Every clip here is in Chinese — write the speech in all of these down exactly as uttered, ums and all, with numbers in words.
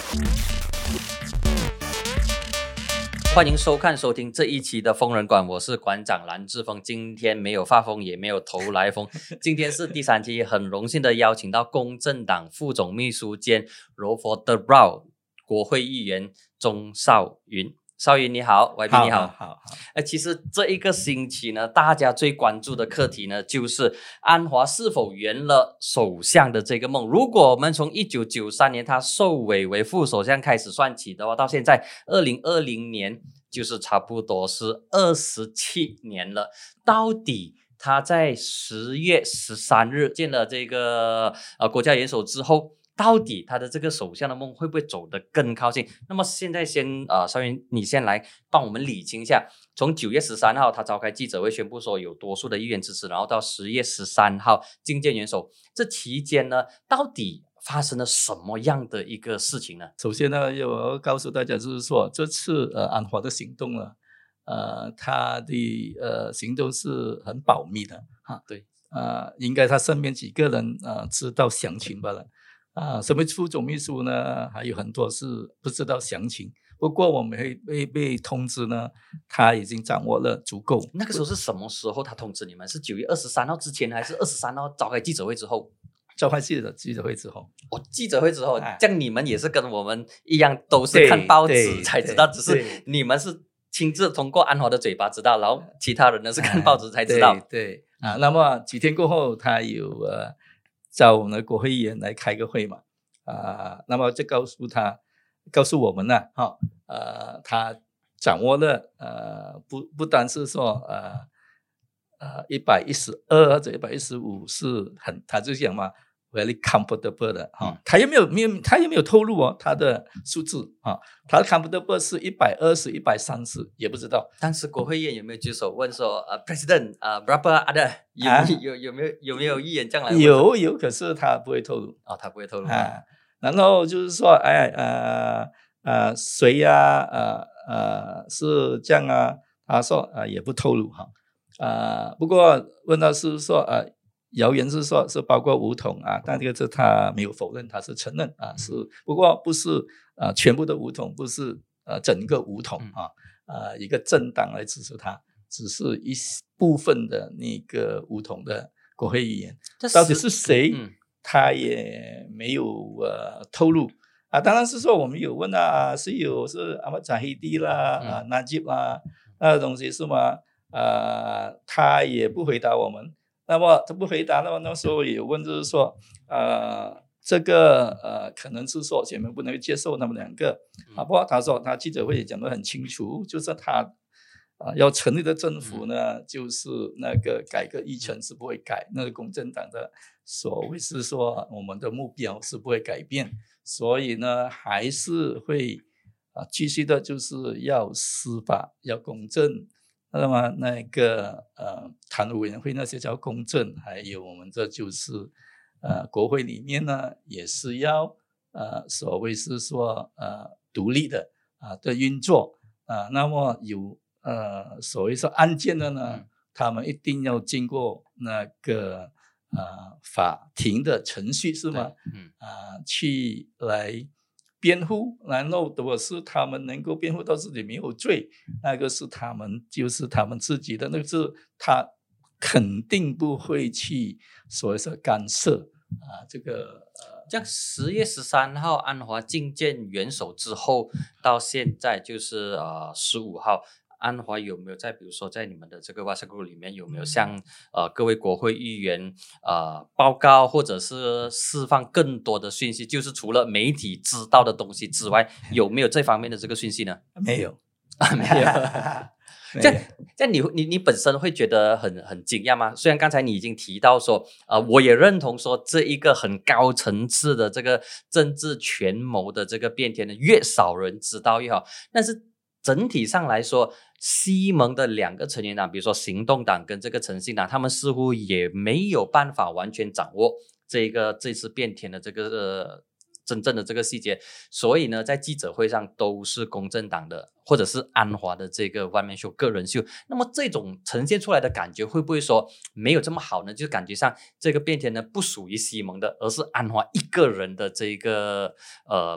欢迎收看收听这一期的疯人馆，我是馆长蓝志峰。今天没有发疯也没有头来疯，今天是第三期，很荣幸的邀请到公正党副总秘书兼柔佛德饶国会议员钟少云。少云你好， Y B 你好。 好好好。 呃，其实这一个星期呢，大家最关注的课题呢，就是安华是否圆了首相的这个梦。如果我们从一九九三年他受委为副首相开始算起的话，到现在二零二零年，就是差不多是二十七年了。到底他在十月十三日见了这个呃国家元首之后，到底他的这个首相的梦会不会走得更靠近？那么现在先呃，少云你先来帮我们理清一下，从九月十三号他召开记者会宣布说有多数的议员支持，然后到十月十三号觐见元首，这期间呢，到底发生了什么样的一个事情呢？ 首先呢，我要告诉大家，就是说这次呃安华的行动呢，呃，他的呃行动是很保密的哈。 对， 呃，应该他身边几个人呃知道详情罢了。啊、呃，身为副总秘书呢，还有很多是不知道详情。不过我们会被被通知呢，他已经掌握了足够。 那个时候是什么时候他通知你们？是九月二十三号之前，还是二十三号召开记者会之后？ 召开记者记者会之后， 哦，记者会之后， 哎、 这样你们也是跟我们一样，都是看报纸才知道，只是你们是亲自通过安华的嘴巴知道，然后其他人呢是看报纸才知道。 哎、对, 对啊，那么几天过后，他有呃叫我们的国会议员来开个会嘛，啊，那么就告诉他，告诉我们呢，哈、哦，呃，他掌握了呃不不单是说呃呃一百一十二或者一百一十五是很，他就讲嘛。very comfortable 的哈、哦嗯，他也没有没有他也没有透露哦他的数字啊、哦，他的 comfortable 是一百二十、一百三十也不知道。 当时国会议员有没有举手问说呃 President 啊、呃、berapa ada 有、啊、有有没有有没有议员这样来问？ 有有，可是他不会透露哦，他不会透露啊。然后就是说，哎呃呃谁呀、啊、呃呃是这样啊？他说呃也不透露哈啊、呃。不过问到是说呃。谣言是说，是包括武统啊，但这个是他没有否认，他是承认啊，是不过不是呃全部的武统，不是呃整个武统啊，呃一个政党来支持他，只是一部分的那个武统的国会议员，到底是谁，嗯、他也没有呃透露啊。当然是说我们有问啊，是有是阿马扎希蒂啦、嗯、啊纳吉啦那个东西是吗？啊，他也不回答我们。那么他不回答，那么那时候也问，就是说，呃，这个呃，可能是说前面不能接受那么两个，啊，不过他说他记者会也讲得很清楚，就是他啊、呃、要成立的政府呢，就是那个改革议程是不会改，那个公正党的所谓是说我们的目标是不会改变，所以呢还是会啊、呃、继续的，就是要司法要公正。那么那个呃，谈委委员会那些叫公正，还有我们这就是呃，国会里面呢也是要呃，所谓是说呃独立的啊、呃、的运作啊、呃。那么有呃所谓说案件的呢，他们一定要经过那个呃法庭的程序是吗？嗯啊、呃，去来。辩护，然后如果是他们能够辩护到自己没有罪，那个是他们就是他们自己的，那个是他肯定不会去所谓说干涉啊。这个呃， 这样十月十三号安华觐见元首之后，到现在就是呃十五号。安华有没有在比如说在你们的这个 WhatsApp group 里面有没有向呃各位国会议员呃报告或者是释放更多的讯息，就是除了媒体知道的东西之外，有没有这方面的这个讯息呢？ 没有啊，没有。这样这样你你你本身会觉得很很惊讶吗？虽然刚才你已经提到说呃我也认同说这一个很高层次的这个政治权谋的这个变天呢，越少人知道越好，但是整体上来说，西蒙的两个成员党，比如说行动党跟这个诚信党，他们似乎也没有办法完全掌握这个这次变天的这个呃真正的这个细节，所以呢，在记者会上都是公正党的或者是安华的这个 one man show 个人秀。那么这种呈现出来的感觉会不会说没有这么好呢？就感觉上这个变天呢不属于西蒙的，而是安华一个人的这个呃。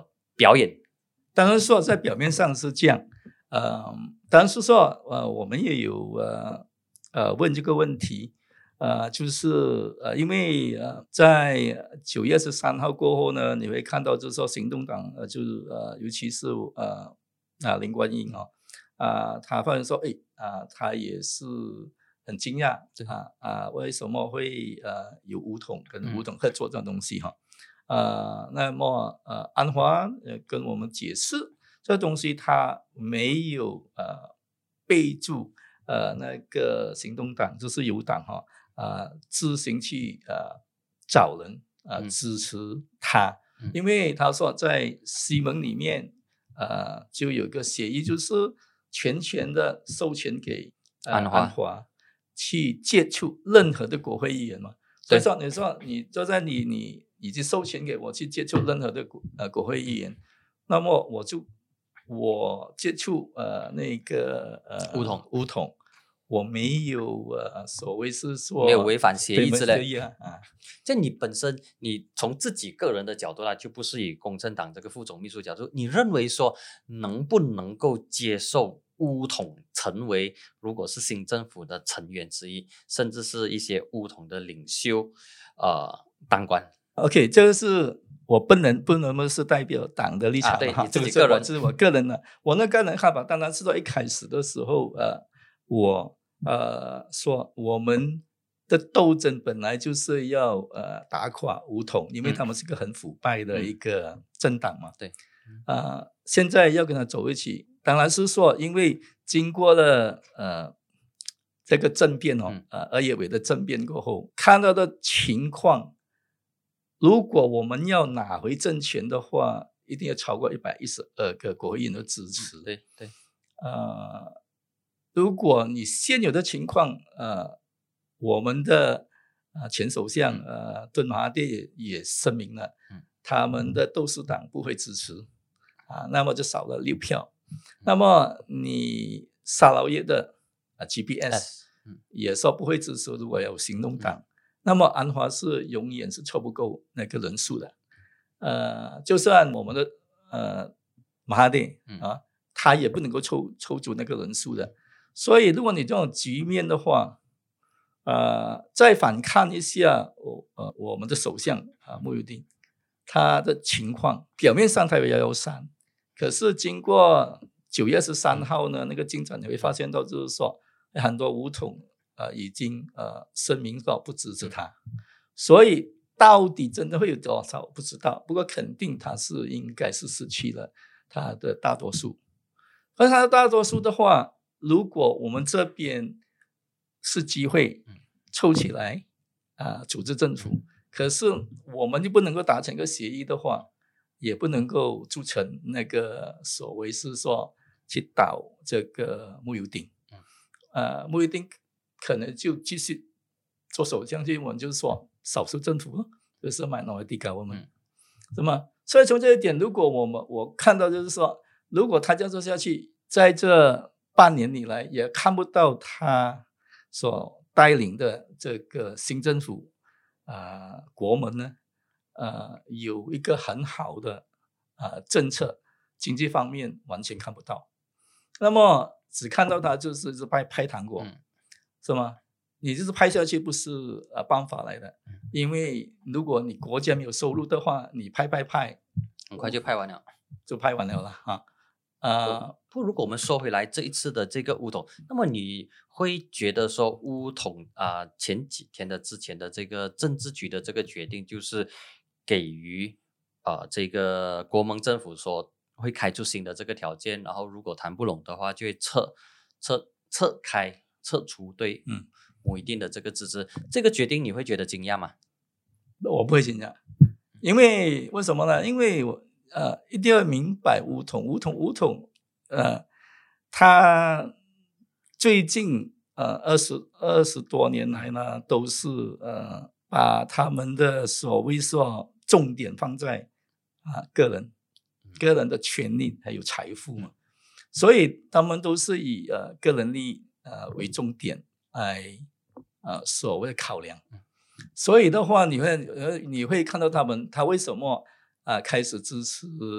表演。 当然说在表面上是这样，呃，当然是说呃我们也有呃呃问这个问题，呃就是呃因为呃在九月十三号过后呢，你会看到就是说行动党呃就是呃尤其是呃啊林冠英哦啊、呃、他发现说哎啊、呃、他也是很惊讶啊啊为什么会呃有武统跟武统合作这种东西哈。呃，那么呃，安华呃跟我们解释，这东西他没有呃备注呃那个行动党就是友党哈啊、呃、自行去呃找人呃、嗯、支持他，嗯、因为他说在西盟里面呃就有个协议，就是全权的授权给、呃、 安华安华去接触任何的国会议员嘛。所以说，你说你就在你你已经授权给我去接触任何的国呃国会议员，那么我就我接触呃那个呃巫统巫统，我没有呃所谓是说没有违反协议之类啊啊。 这你本身你从自己个人的角度来，就不是以共产党这个副总秘书角度，你认为说能不能够接受巫统成为如果是新政府的成员之一，甚至是一些巫统的领袖呃当官 OK， 这个是我不能不能是代表党的立场、啊、 对你自己个人， 这是我个人的，我那个人看法当然是说一开始的时候呃我呃说我们的斗争本来就是要呃打垮巫统，因为他们是个很腐败的一个政党嘛。 嗯、对， 呃，现在要跟他走一起，当然是说因为经过了呃这个政变哦，嗯、呃二月尾的政变过后，看到的情况，如果我们要拿回政权的话，一定要超过一百一十二个国会议员的支持。 嗯、对对， 呃，如果你现有的情况，呃，我们的呃前首相呃敦马哈蒂也声明了，嗯、他们的斗士党不会支持啊，那么就少了六票。嗯、那么你沙劳越的啊 G B S、嗯、也说不会支持，如果有行动党。嗯，那么安华是永远是凑不够那个人数的，呃，就算我们的呃马哈蒂啊，他也不能够凑凑足那个人数的。所以如果你这种局面的话，呃，再反看一下我呃我们的首相啊慕尤丁，他的情况表面上他有幺幺三，可是经过九月十三号呢那个进展，你会发现到就是说很多巫统。呃，已经呃声明说不支持他，所以到底真的会有多少不知道，不过肯定他是应该是失去了他的大多数。而他的大多数的话，如果我们这边是机会凑起来啊、呃，组织政府，可是我们就不能够达成一个协议的话，也不能够组成那个所谓是说去倒这个慕尤丁，呃，慕尤丁。可能就继续做首相，就我们就是说少数政府，就是 minority government，是吗？所以从这一点，如果我们我看到就是说，如果他这样做下去，在这半年以来也看不到他所带领的这个新政府啊、呃、国门呢，呃有一个很好的啊、呃、政策，经济方面完全看不到，那么只看到他就是是拍拍糖果。嗯，是吗？你就是拍下去不是呃办法来的，因为如果你国家没有收入的话，你拍拍拍， 很快就拍完了， 就拍完了了啊。呃， 不，如果我们说回来这一次的这个巫统，那么你会觉得说巫统啊、呃、前几天的之前的这个政治局的这个决定，就是给予啊、呃、这个国盟政府说会开出新的这个条件，然后如果谈不拢的话，就会撤撤撤开。撤除对嗯某一定的这个支持，这个决定你会觉得惊讶吗？ 我不会惊讶，因为为什么呢？因为我呃一定要明白巫统巫统巫统呃，他最近呃二十二十多年来呢，都是呃把他们的所谓说重点放在啊、呃、个人个人的权利还有财富嘛，所以他们都是以呃个人利益。呃，为重点来呃所谓的考量，所以的话，你会呃你会看到他们，他为什么啊、呃、开始支持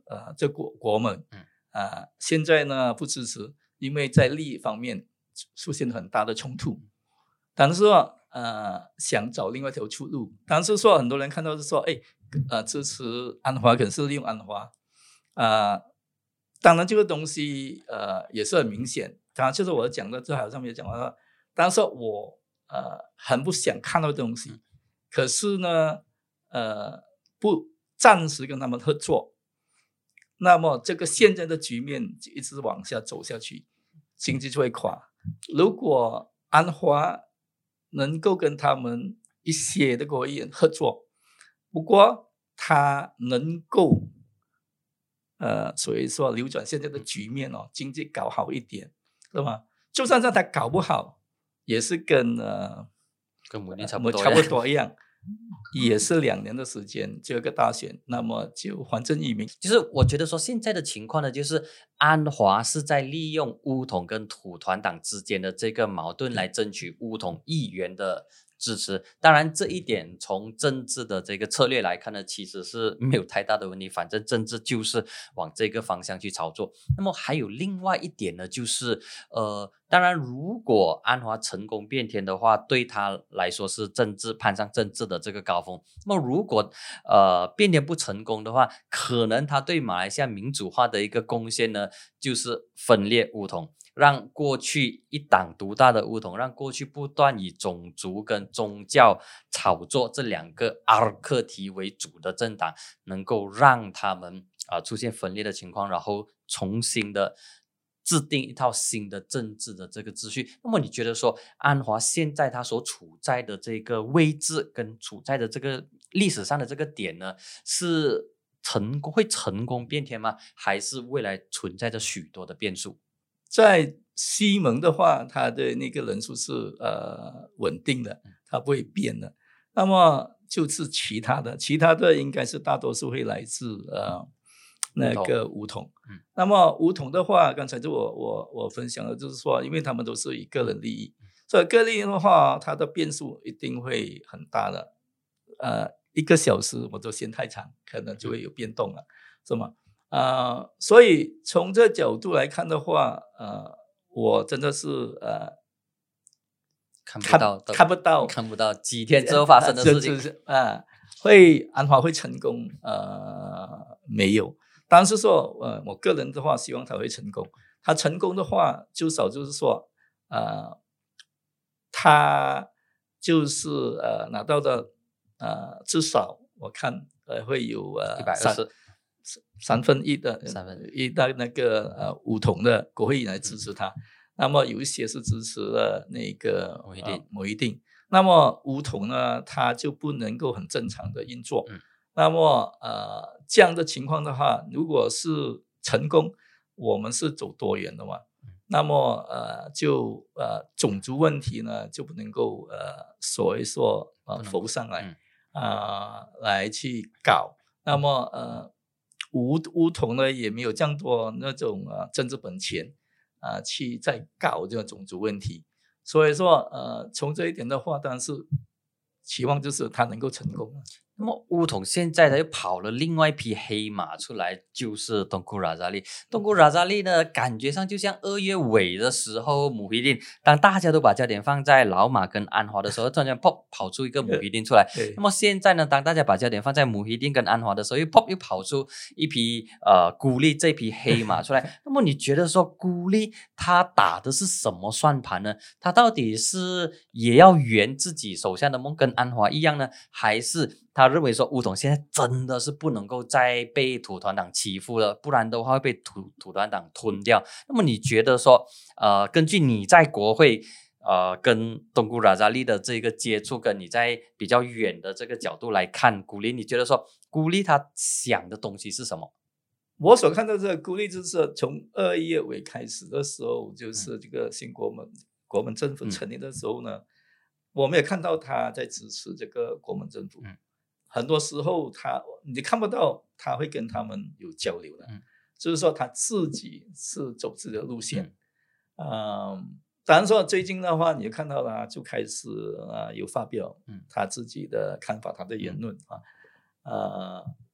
呃这国国门， 嗯啊、呃，现在呢不支持，因为在利益方面出现很大的冲突。但是说呃想找另外一条出路，但是说很多人看到是说，哎，呃支持安华，可是利用安华，啊、呃，当然这个东西呃也是很明显，当然就是我讲的，这好像没有讲完，但是我呃很不想看到的东西，可是呢呃不暂时跟他们合作，那么这个现在的局面就一直往下走下去，经济就会垮。如果安华能够跟他们一些的国议员合作，不过他能够呃，所以说扭转现在的局面哦，经济搞好一点，是吧？就算是他搞不好，也是跟呃跟母亲差不多， 差不多一样，也是两年的时间就有个大选，那么就还政于民。 就是我觉得说现在的情况呢，就是安华是在利用巫统跟土团党之间的这个矛盾来争取巫统议员的支持。当然这一点从政治的这个策略来看呢，其实是没有太大的问题，反正政治就是往这个方向去操作。那么还有另外一点呢，就是呃当然如果安华成功变天的话，对他来说是政治攀上政治的这个高峰。那么如果呃变天不成功的话，可能他对马来西亚民主化的一个贡献呢，就是分裂巫统，让过去一党独大的巫统，让过去不断以种族跟宗教炒作这两个 R 课题为主的政党，能够让他们啊、呃、出现分裂的情况，然后重新的制定一套新的政治的这个秩序。那么你觉得说安华现在他所处在的这个位置跟处在的这个历史上的这个点呢，是成功会成功变天吗？还是未来存在着许多的变数？ 在西蒙的话，它的那个人数是呃稳定的，它不会变的。那么就是其他的，其他的应该是大多数会来自呃那个巫统。嗯，那么巫统的话，刚才就我我我分享的就是说，因为他们都是以个人利益，所以个人利益的话，它的变数一定会很大的。呃，一个小时我都嫌太长，可能就会有变动了，是吗？呃，所以从这角度来看的话，呃，我真的是呃看不到， 看不到， 看不到几天之后发生的事情啊、呃，会安华会成功？呃，没有。但是说，呃，我个人的话，希望他会成功。他成功的话，至少就是说，呃，他就是呃拿到的呃，至少我看呃会有呃一百二十。 三分一的三分一的那个呃巫统的国会议员来支持他，嗯、那么有一些是支持了那个某一定、呃、 某一定，那么巫统呢，他就不能够很正常的运作。 嗯、 那么呃这样的情况的话，如果是成功，我们是走多元的嘛，嗯、那么呃就呃种族问题呢就不能够呃所谓说呃浮上来啊、嗯呃、来去搞。那么呃，巫巫统呢也没有这样多那种呃政治本钱啊、呃，去再搞这个种族问题。所以说呃，从这一点的话，当然是期望就是他能够成功。 那么巫统现在呢又跑了另外一匹黑马出来，就是东姑拉扎利。东姑拉扎利呢，感觉上就像二月尾的时候姆希丁，当大家都把焦点放在老马跟安华的时候，突然间 pop 跑出一个姆希丁出来。那么现在呢，当大家把焦点放在姆希丁跟安华的时候，又 pop 又跑出一匹呃孤立这匹黑马出来。那么你觉得说孤立他打的是什么算盘呢？他到底是也要圆自己手下的梦，跟安华一样呢，还是他认为说巫统现在真的是不能够再被土团党欺负了，不然的话会被土土团党吞掉？那么你觉得说呃，根据你在国会呃跟东姑拉扎利的这个接触，跟你在比较远的这个角度来看孤立，你觉得说孤立他想的东西是什么？ 我所看到这个孤立就是从二月尾开始的时候，就是这个新国门、嗯、国门政府成立的时候呢、嗯、我们也看到他在支持这个国门政府、嗯、很多时候他你看不到他会跟他们有交流的、嗯、就是说他自己是走自己的路线。嗯、呃、当然说最近的话你看到他就开始、呃、有发表他自己的看法、他的言论、嗯、啊呃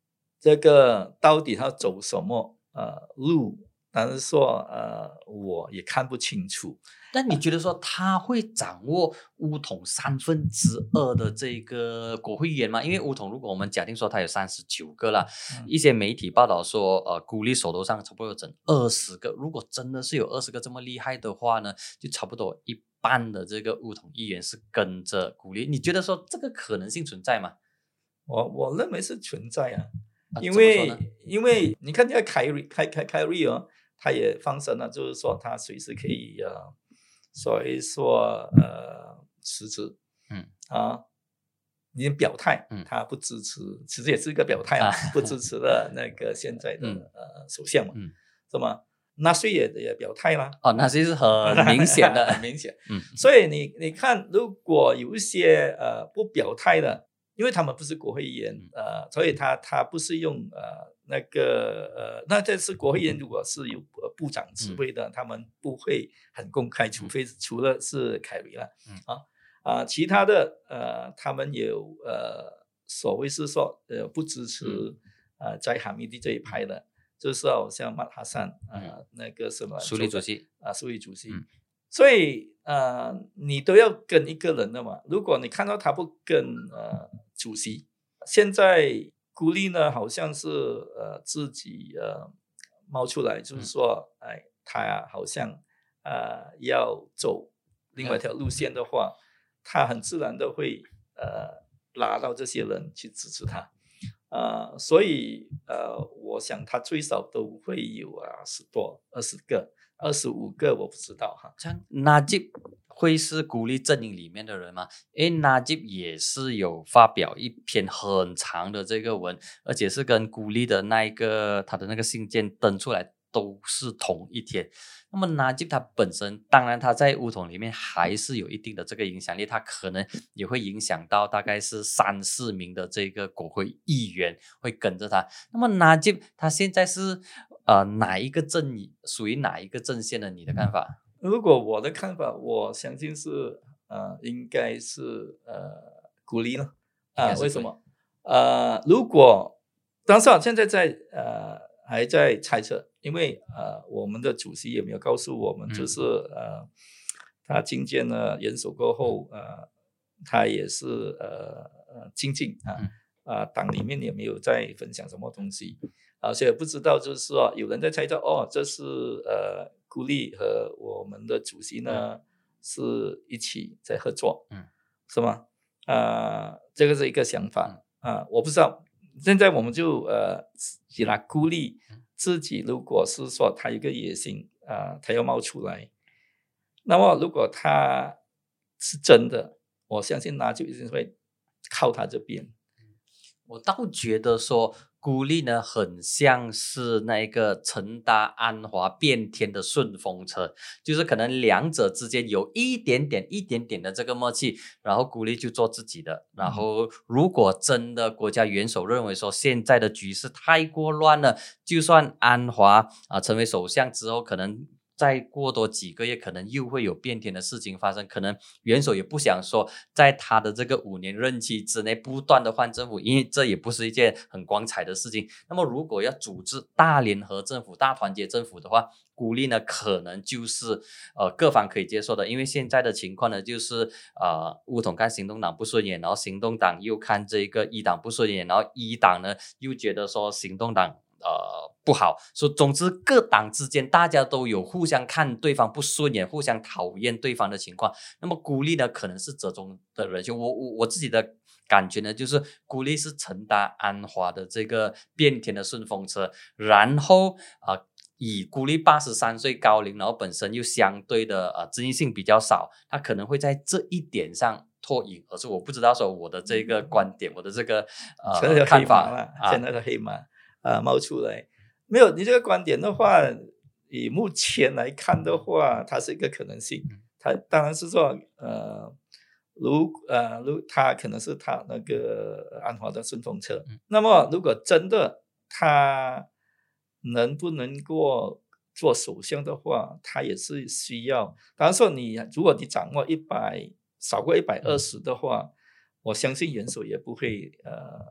这个到底他走什么呃路，但是说呃我也看不清楚。 那你觉得说他会掌握巫统三分之二的这个国会议员吗？因为巫统如果我们假定说他有三十九个啦， 嗯一些媒体报道说，呃，孤立手头上差不多有整二十个。如果真的是有二十个这么厉害的话呢，就差不多一半的这个巫统议员是跟着孤立。你觉得说这个可能性存在吗？ 我我认为是存在啊， 啊、 因怎么说呢？ 为因为你看这个凯瑞凯凯凯瑞哦，他也放声了，就是说他随时可以呃，所以说呃辞职， 嗯啊，你表态， 嗯他不支持，其实也是一个表态啊，不支持了那个现在的、 嗯呃首相嘛， 嗯， 是吗？纳粹也也表态啦， 哦，那其实很明显的， 很明显。 嗯所以你你看，如果有一些呃不表态的，因为他们不是国会议员，呃，所以他他不是用呃那个呃，那这次国会议员如果是有呃部长职位的，他们不会很公开，除非除了是凯瑞了， 嗯啊啊，其他的呃，他们有呃所谓是说呃不支持呃在哈密蒂这一派的，就是好像马哈桑呃那个什么苏理主席啊，苏理主席。 嗯所以呃，你都要跟一个人的嘛。如果你看到他不跟呃主席，现在孤立呢，好像是呃自己呃冒出来，就是说，哎，他好像呃要走另外一条路线的话，他很自然的会呃拉到这些人去支持他。呃，所以呃，我想他最少都会有啊十多、二十个、二十五个，我不知道哈。 这样纳吉会是孤立阵营里面的人吗？因为纳吉也是有发表一篇很长的这个文，而且是跟孤立的那一个他的那个信件登出来都是同一天。那么纳吉他本身，当然他在巫统里面还是有一定的这个影响力，他可能也会影响到大概是三四名的这个国会议员会跟着他。那么纳吉他现在是呃哪一个阵营，属于哪一个阵线呢？你的看法？ 如果我的看法，我相信是呃，应该是呃鼓励呢啊、呃？为什么？呃，如果当然现在在呃还在猜测，因为呃我们的主席也没有告诉我们， 嗯、 就是呃他觐见了元首过后，呃他也是呃呃精进啊。 嗯啊，党里面也没有在分享什么东西，而且不知道，就是说有人在猜测，哦，这是呃，孤立和我们的主席呢、嗯、是一起在合作， 嗯， 是吗？啊、呃，这个是一个想法啊、呃，我不知道。现在我们就呃，以拿孤立自己，如果是说他有一个野心啊、呃，他要冒出来，那么如果他是真的，我相信那就一定会靠他这边。 我倒觉得说孤立呢很像是那个陈达安华变天的顺风车，就是可能两者之间有一点点一点点的这个默契，然后孤立就做自己的，然后如果真的国家元首认为说现在的局势太过乱了，就算安华啊、呃、成为首相之后，可能再过多几个月可能又会有变天的事情发生，可能元首也不想说在他的这个五年任期之内不断的换政府，因为这也不是一件很光彩的事情。那么如果要组织大联合政府、大团结政府的话，孤立呢可能就是呃各方可以接受的，因为现在的情况呢就是呃巫统看行动党不顺眼，然后行动党又看这个一党不顺眼，然后一党呢又觉得说行动党呃不好，所以总之各党之间大家都有互相看对方不顺眼、互相讨厌对方的情况。那么孤立呢可能是折中的人选，我我我自己的感觉呢就是孤立是陈达安华的这个变天的顺风车，然后啊。呃以孤立八十三岁高龄，然后本身又相对的呃争议性比较少，他可能会在这一点上脱颖而出。我不知道说我的这个观点，我的这个呃看法了，现在的黑马啊、呃、冒出来，没有你这个观点的话，以目前来看的话，它是一个可能性。它当然是说呃，如呃如他可能是他那个安华的顺风车，嗯、那么如果真的他能不能够做首相的话，他也是需要。当然说你如果你掌握一百少过一百二十的话，我相信元首也不会呃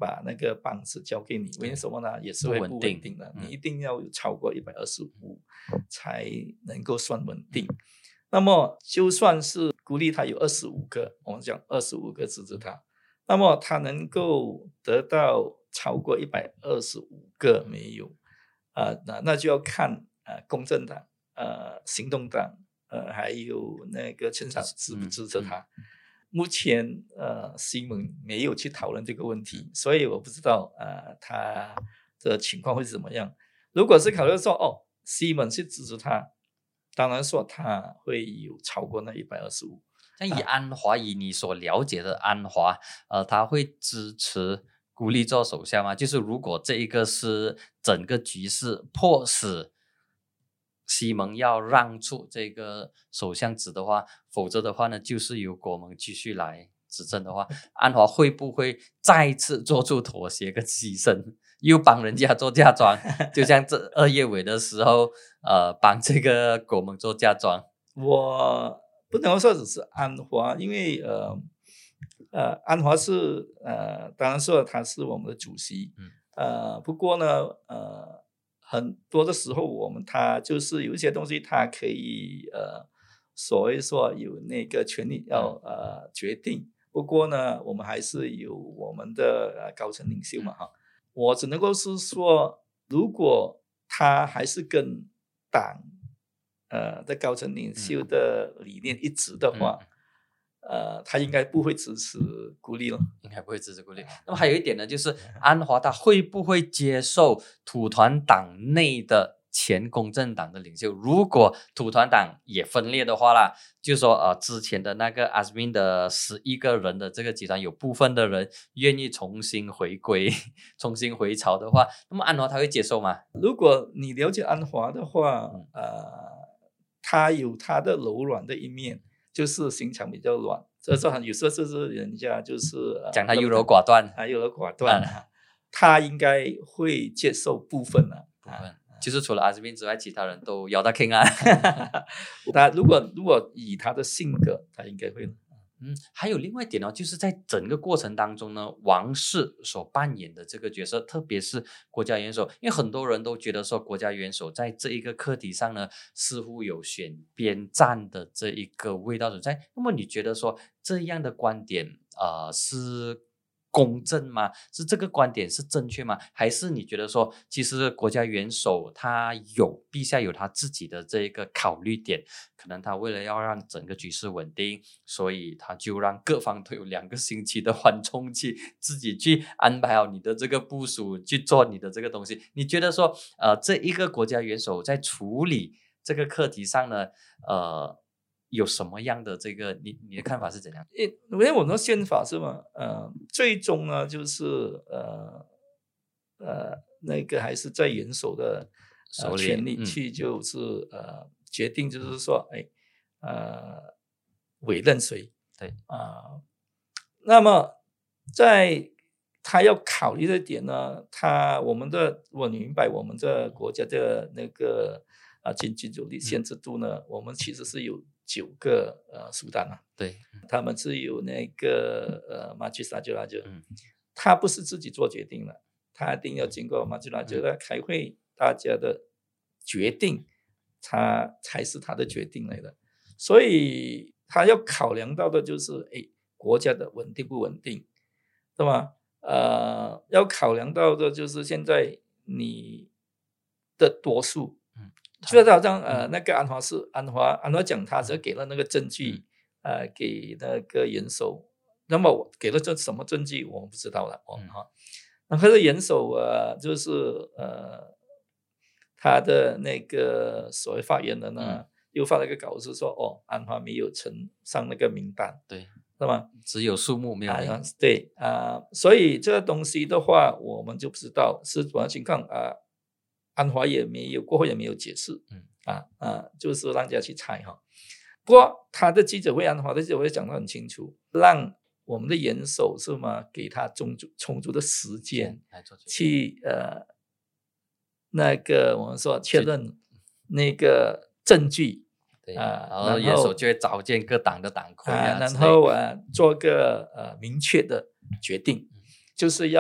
把那个棒子交给你，为什么呢？也是会不稳定的，你一定要有超过一百二十五才能够算稳定。那么就算是鼓励他有二十五个，我们讲二十五个支持他，那么他能够得到超过一百二十五个没有？呃、那那就要看呃公正党、呃行动党、呃还有那个陈小支不支持他。嗯嗯目前呃西蒙没有去讨论这个问题，所以我不知道呃他的情况会是怎么样。如果是考虑说哦西蒙是支持他，当然说他会有超过那一百二十五。 像以安华、啊、以你所了解的安华，呃，他会支持孤立做首相吗？就是如果这一个是整个局势迫使西蒙要让出这个首相职的话，否则的话呢，就是由国盟继续来执政的话，安华会不会再次做出妥协跟牺牲，又帮人家做嫁妆？就像这二月尾的时候，呃，帮这个国盟做嫁妆。 我不能说只是安华，因为呃呃，安华是呃，当然说他是我们的主席，嗯、呃，不过呢，呃，很多的时候我们他就是有一些东西他可以呃，所谓说有那个权利要呃决定，不过呢，我们还是有我们的呃高层领袖嘛哈，我只能够是说，如果他还是跟党呃的高层领袖的理念一致的话。嗯呃，他应该不会支持孤立了， 应该不会支持孤立。那么还有一点呢，就是安华他会不会接受土团党内的前公正党的领袖？如果土团党也分裂的话啦，就说呃之前的那个 Azmin 的十一个人的这个集团，有部分的人愿意重新回归、重新回朝的话，那么安华他会接受吗？ 如果你了解安华的话，呃，他有他的柔软的一面。就是心肠比较软，所以说有时候就是人家就是讲他优柔寡断啊，优柔寡断、啊、他应该会接受部分啊， 部分、啊、就是除了阿兹宾之外，其他人都要他 king 啊。 他如果如果以他的性格，他应该会。 嗯，还有另外一点哦，就是在整个过程当中呢，王室所扮演的这个角色，特别是国家元首，因为很多人都觉得说，国家元首在这一个课题上呢，似乎有选边站的这一个味道存在。那么你觉得说这样的观点，呃，是公正吗？是这个观点是正确吗？还是你觉得说，其实国家元首他有陛下有他自己的这个考虑点，可能他为了要让整个局势稳定，所以他就让各方都有两个星期的缓冲期，自己去安排好你的这个部署，去做你的这个东西。你觉得说，呃，这一个国家元首在处理这个课题上呢，呃？有什么样的这个你你的看法是怎样？ 因为我们的宪法是嘛，呃，最终呢就是呃呃那个还是在元首的、呃、权力去就是、嗯、呃决定，就是说，哎呃委任谁？ 对啊、呃，那么在他要考虑的点呢，他我们的我明白我们这国家的那个啊君君主立宪制度呢、嗯，我们其实是有。九个呃苏丹啊， 对， 他们是有那个呃马吉萨就拉就，他不是自己做决定的，他一定要经过马吉拉就拉开会，大家的决定，他才是他的决定来的，所以他要考量到的就是哎国家的稳定不稳定，对吧？呃，要考量到的就是现在你的多数。就好像呃那个安华是安华安华讲他只给了那个证据，呃给那个元首，那么我给了这什么证据我们不知道了哦哈，那可是元首呃就是呃他的那个所谓发言人呢、嗯、又发了一个稿子说哦安华没有呈上那个名单， 对， 是吗？ 只有数目没有名、 啊、对啊、呃，所以这个东西的话我们就不知道是什么情况啊。呃安华也没有过后也没有解释，嗯啊啊，就是让大家去猜哈。不过他的记者会，安华的记者会讲得很清楚，让我们的元首是吗？给他充足充足的时间去呃那个我们说确认那个证据， 对啊，然后元首就会召见各党的党魁啊， 啊然后呃做个呃明确的决定，就是要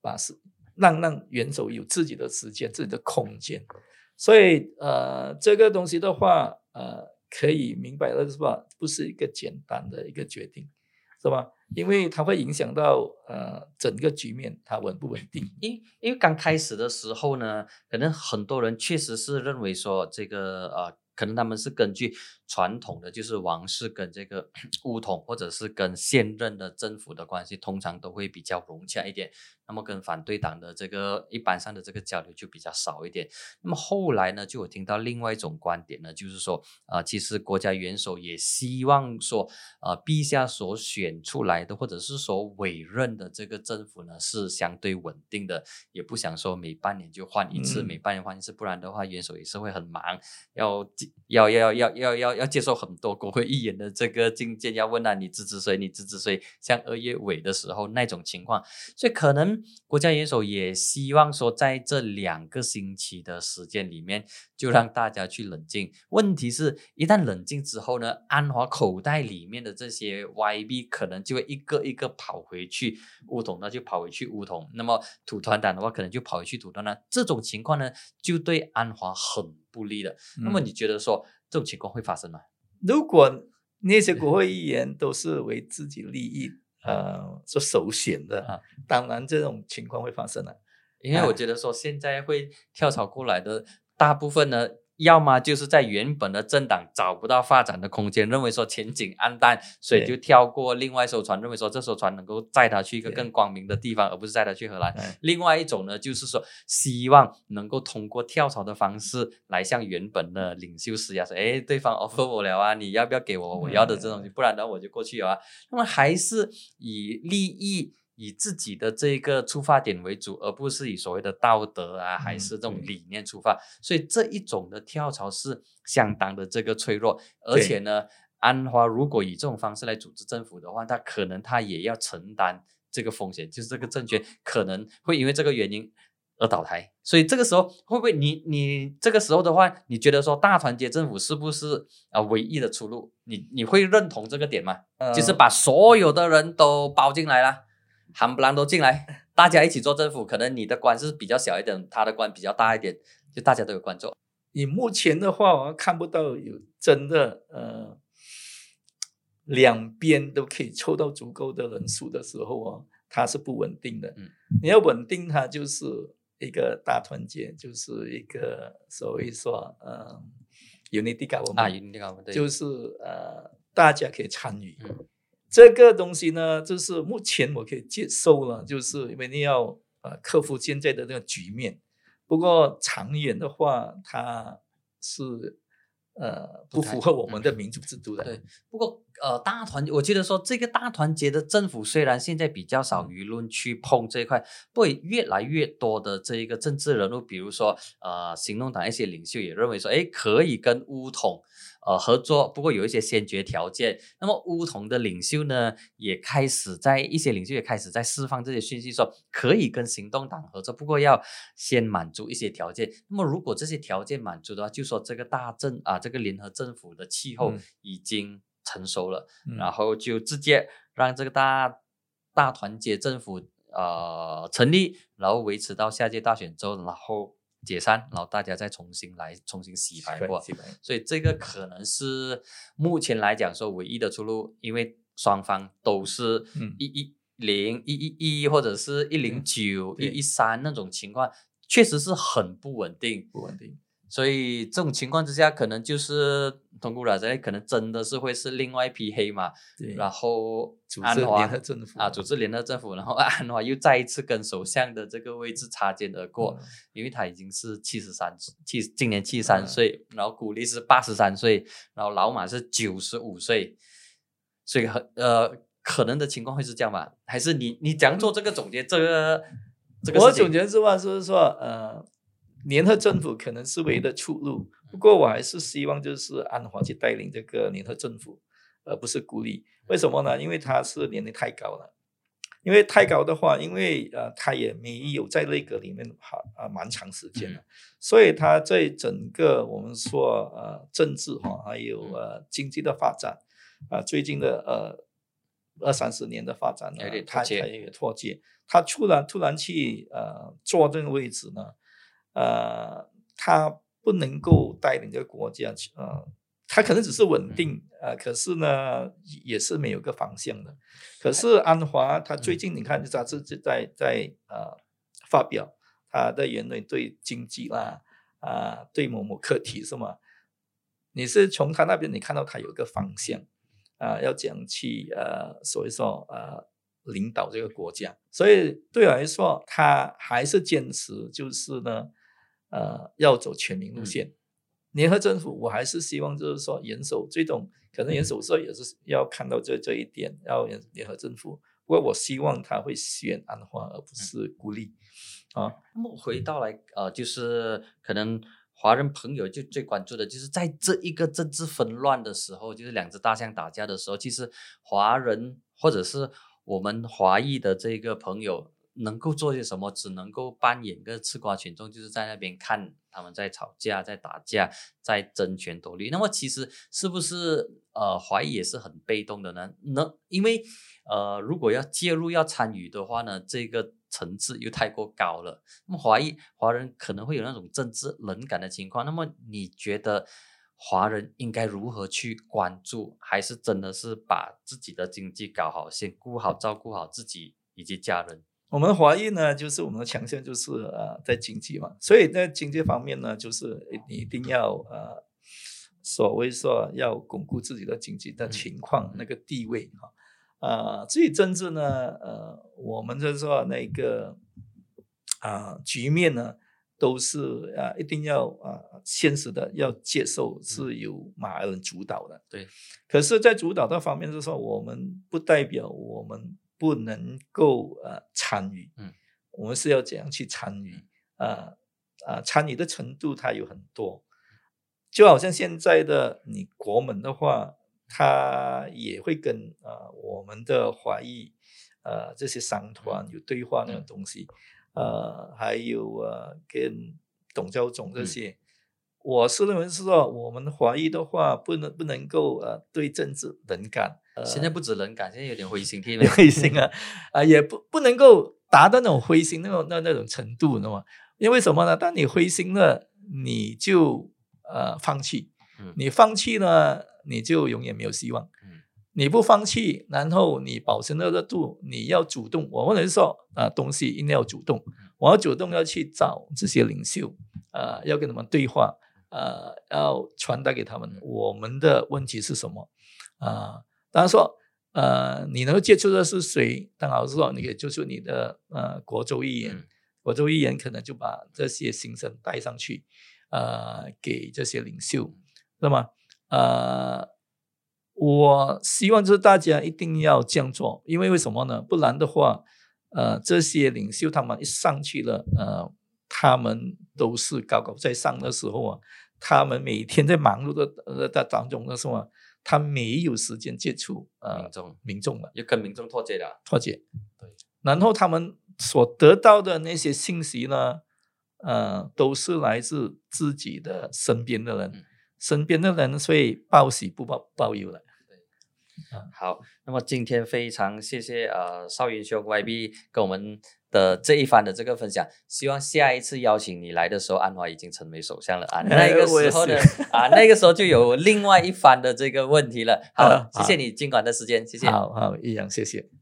把是让让元首有自己的时间、自己的空间。所以呃，这个东西的话，呃，可以明白了是吧？不是一个简单的一个决定，是吧？因为它会影响到呃整个局面，它稳不稳定。 因因为刚开始的时候呢，可能很多人确实是认为说这个呃，可能他们是根据传统的，就是王室跟这个巫统或者是跟现任的政府的关系，通常都会比较融洽一点。那么跟反对党的这个一般上的这个交流就比较少一点。那么后来呢，就有听到另外一种观点呢，就是说，呃，其实国家元首也希望说，呃，陛下所选出来的或者是所委任的这个政府呢，是相对稳定的，也不想说每半年就换一次， 嗯每半年换一次，不然的话，元首也是会很忙，要要要要要要要接受很多国会议员的这个进谏，要问啊你支持谁，你支持谁，像二月尾的时候那种情况，所以可能国家元首也希望说，在这两个星期的时间里面，就让大家去冷静。问题是，一旦冷静之后呢，安华口袋里面的这些歪币可能就会一个一个跑回去巫统，那就跑回去巫统。那么土团党的话，可能就跑回去土团党。这种情况呢，就对安华很不利的。 嗯、 那么你觉得说这种情况会发生吗？ 如果那些国会议员都是为自己利益呃做首选的， 啊， 当然这种情况会发生了。 因为我觉得说现在会跳槽过来的大部分呢，要么就是在原本的政党找不到发展的空间，认为说前景暗淡，所以就跳过另外一艘船，认为说这艘船能够载他去一个更光明的地方，而不是载他去荷兰。另外一种呢，就是说希望能够通过跳槽的方式来向原本的领袖施压，说哎，对方 offer 我了啊，你要不要给我我要的这东西，不然的话我就过去了啊。那么还是以利益以自己的这个出发点为主，而不是以所谓的道德啊，还是这种理念出发。嗯、所以这一种的跳槽是相当的这个脆弱，而且呢，安华如果以这种方式来组织政府的话，他可能他也要承担这个风险，就是这个政权可能会因为这个原因而倒台。所以这个时候会不会你你这个时候的话，你觉得说大团结政府是不是啊、呃、唯一的出路？你你会认同这个点吗？呃、就是把所有的人都包进来了。冚唪唥都进来，大家一起做政府，可能你的官是比较小一点，他的官比较大一点，就大家都有官做。 以目前的话，我看不到有真的呃两边都可以凑到足够的人数的时候哦，它是不稳定的。嗯，你要稳定它，就是一个大团结，就是一个所谓说呃 unity government 啊 unity government 就是呃大家可以参与。 嗯， 这个东西呢，就是目前我可以接受了，就是因为你要呃克服现在的这个局面。不过长远的话，它是呃不符合我们的民主制度的。 对，不过呃大团结，我觉得说这个大团结的政府虽然现在比较少舆论去碰这一块，不过越来越多的这一个政治人物，比如说呃行动党一些领袖也认为说，哎，可以跟巫统呃合作，不过有一些先决条件。那么巫统的领袖呢，也开始在一些领袖也开始在释放这些讯息，说可以跟行动党合作，不过要先满足一些条件。那么如果这些条件满足的话，就说这个大政啊，这个联合政府的气候已经成熟了，嗯、然后就直接让这个大大团结政府呃成立，然后维持到下届大选之后，然后解散，然后大家再重新来重新洗牌过，所以这个可能是目前来讲说唯一的出路，因为双方都是一一零、一一一或者是一零九、一一三那种情况，确实是很不稳定， 不稳定。 所以这种情况之下，可能就是通过了，可能真的是会是另外一匹黑马，然后安华联合政府啊，组织联合政府，然后安华又再一次跟首相的这个位置擦肩而过，嗯、因为他已经是七十三，七今年七十三岁，然后古力是八十三岁，然后老马是九十五岁，所以呃，可能的情况会是这样吧？还是你你怎样做这个总结？这个这个我总结的话就是说，呃。联合政府可能是唯一的出路，不过我还是希望就是安华去带领这个联合政府，而不是孤立。为什么呢？因为他是年龄太高了，因为太高的话，因为呃他也没有在内阁里面哈啊蛮长时间了，所以他在整个我们说呃政治哈还有呃经济的发展啊、呃、最近的呃二三十年的发展呢， 有点他脱节他也脱节，他突然突然去呃坐这个位置呢，呃，他不能够带领这个国家去呃。他可能只是稳定，呃，可是呢，也是没有个方向的。可是安华他最近你看，杂志在在呃发表他的言论，对经济啦，啊、呃，对某某课题是吗？你是从他那边你看到他有个方向，啊、呃，要怎样去呃，所以说呃领导这个国家。所以对我来说，他还是坚持就是呢，呃，要走全民路线。嗯联合政府，我还是希望就是说元首最终可能元首说也是要看到这这一点，要联合政府。不过我希望他会选安华，而不是孤立啊。 那么回到来呃，就是可能华人朋友就最关注的就是在这一个政治纷乱的时候，就是两只大象打架的时候，其实华人或者是我们华裔的这个朋友能够做些什么？只能够扮演个吃瓜群众，就是在那边看他们在吵架、在打架、在争权夺利。那么其实是不是呃华裔也是很被动的呢？能因为呃如果要介入、要参与的话呢，这个层次又太过高了。那么华裔华人可能会有那种政治冷感的情况。那么你觉得华人应该如何去关注？还是真的是把自己的经济搞好，先顾好、照顾好自己以及家人？ 我们华裔呢，就是我们的强项就是呃在经济嘛，所以在经济方面呢，就是你一定要呃所谓说要巩固自己的经济的情况、嗯、那个地位哈。呃，至于政治呢，呃，我们就是说那个啊、呃、局面呢，都是啊、呃、一定要啊、呃、现实的要接受是由马来人主导的。 对， 可是，在主导的方面，就是说我们不代表我们不能够呃参与，嗯，我们是要怎样去参与？呃呃，参与的程度它有很多，就好像现在的你国门的话，它也会跟呃我们的华裔呃这些商团有对话那种东西，呃，还有呃跟董教总这些。嗯，我是认为是说，我们华裔的话，不能不能够呃对政治冷感。呃、 现在不止冷感，现在有点灰心，听灰心啊，啊、呃、也不不能够达到那种灰心那种那那种程度，那么因为什么呢？当你灰心了，你就呃放弃，嗯、你放弃呢，你就永远没有希望。嗯、你不放弃，然后你保持那热度，你要主动。我们人说啊、呃，东西一定要主动，我要主动要去找这些领袖，呃，要跟他们对话。呃，要传达给他们我们的问题是什么啊、呃？当然说，呃，你能够接触的是谁？当然是说，你可以接触你的呃国州议员，嗯、国州议员可能就把这些心声带上去，呃，给这些领袖，那么呃，我希望就是大家一定要这样做，因为为什么呢？不然的话，呃，这些领袖他们一上去了，呃。他们都是高高在上的时候啊，他们每天在忙碌的呃的当中的时候啊，他没有时间接触呃民众民众了， 又跟民众脱节了， 脱节。 对， 然后他们所得到的那些信息呢，呃，都是来自自己的身边的人，嗯、身边的人所以报喜不报报忧了。 好，那么今天非常谢谢呃邵云兄 Y B 跟我们的这一番的这个分享，希望下一次邀请你来的时候，安华已经成为首相了啊，那个时候呢啊，那个时候就有另外一番的这个问题了。好，谢谢你尽管的时间，谢谢。 好好，一样，谢谢。